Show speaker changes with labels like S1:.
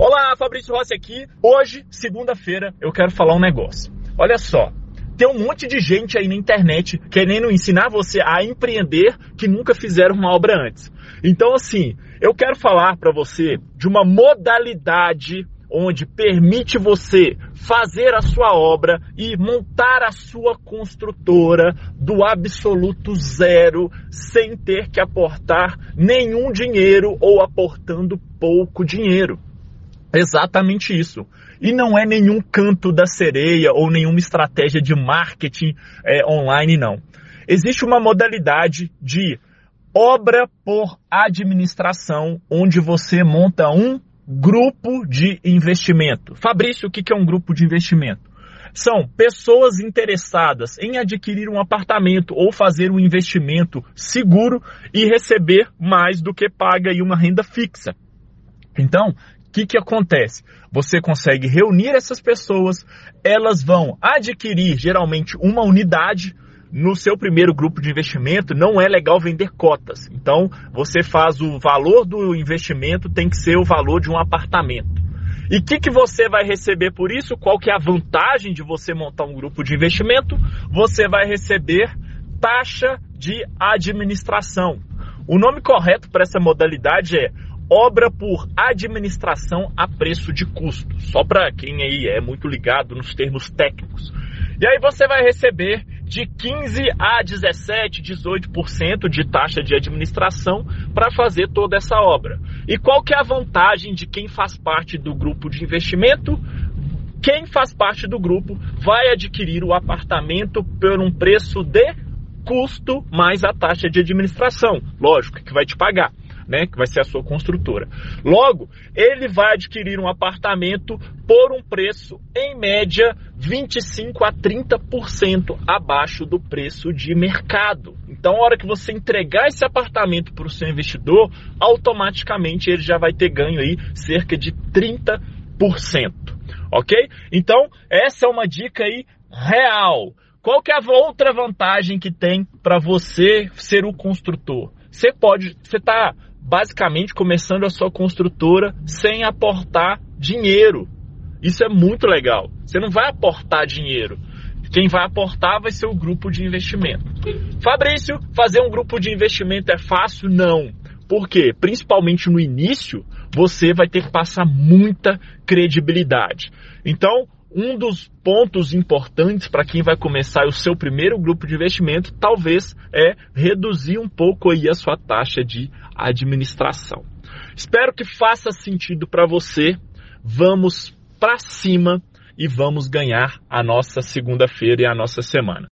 S1: Olá, Fabrício Rossi aqui. Hoje, segunda-feira, eu quero falar um negócio. Olha só, tem um monte de gente aí na internet querendo ensinar você a empreender que nunca fizeram uma obra antes. Então, assim, eu quero falar para você de uma modalidade onde permite você fazer a sua obra e montar a sua construtora do absoluto zero, sem ter que aportar nenhum dinheiro ou aportando pouco dinheiro. Exatamente isso. E não é nenhum canto da sereia ou nenhuma estratégia de marketing online, não. Existe uma modalidade de obra por administração, onde você monta um grupo de investimento. Fabrício, o que é um grupo de investimento? São pessoas interessadas em adquirir um apartamento ou fazer um investimento seguro e receber mais do que paga em uma renda fixa. Então, o que acontece? Você consegue reunir essas pessoas, elas vão adquirir geralmente uma unidade. No seu primeiro grupo de investimento, não é legal vender cotas. Então, você faz o valor do investimento, tem que ser o valor de um apartamento. E o que você vai receber por isso? Qual que é a vantagem de você montar um grupo de investimento? Você vai receber taxa de administração. O nome correto para essa modalidade é obra por administração a preço de custo. Só para quem aí é muito ligado nos termos técnicos. E aí você vai receber de 15 a 17, 18% de taxa de administração para fazer toda essa obra. E qual que é a vantagem de quem faz parte do grupo de investimento? Quem faz parte do grupo vai adquirir o apartamento por um preço de custo mais a taxa de administração. Lógico, que vai te pagar, né? Que vai ser a sua construtora. Logo, ele vai adquirir um apartamento por um preço, em média, 25 a 30% abaixo do preço de mercado. Então, a hora que você entregar esse apartamento para o seu investidor, automaticamente ele já vai ter ganho aí cerca de 30%. Ok? Então, essa é uma dica aí real. Qual que é a outra vantagem que tem para você ser o construtor? Você está basicamente começando a sua construtora sem aportar dinheiro. Isso é muito legal. Você não vai aportar dinheiro. Quem vai aportar vai ser o grupo de investimento. Fabrício, fazer um grupo de investimento é fácil? Não. Por quê? Principalmente no início, você vai ter que passar muita credibilidade. Então, um dos pontos importantes para quem vai começar o seu primeiro grupo de investimento, talvez, é reduzir um pouco aí a sua taxa de administração. Espero que faça sentido para você. Vamos para cima e vamos ganhar a nossa segunda-feira e a nossa semana.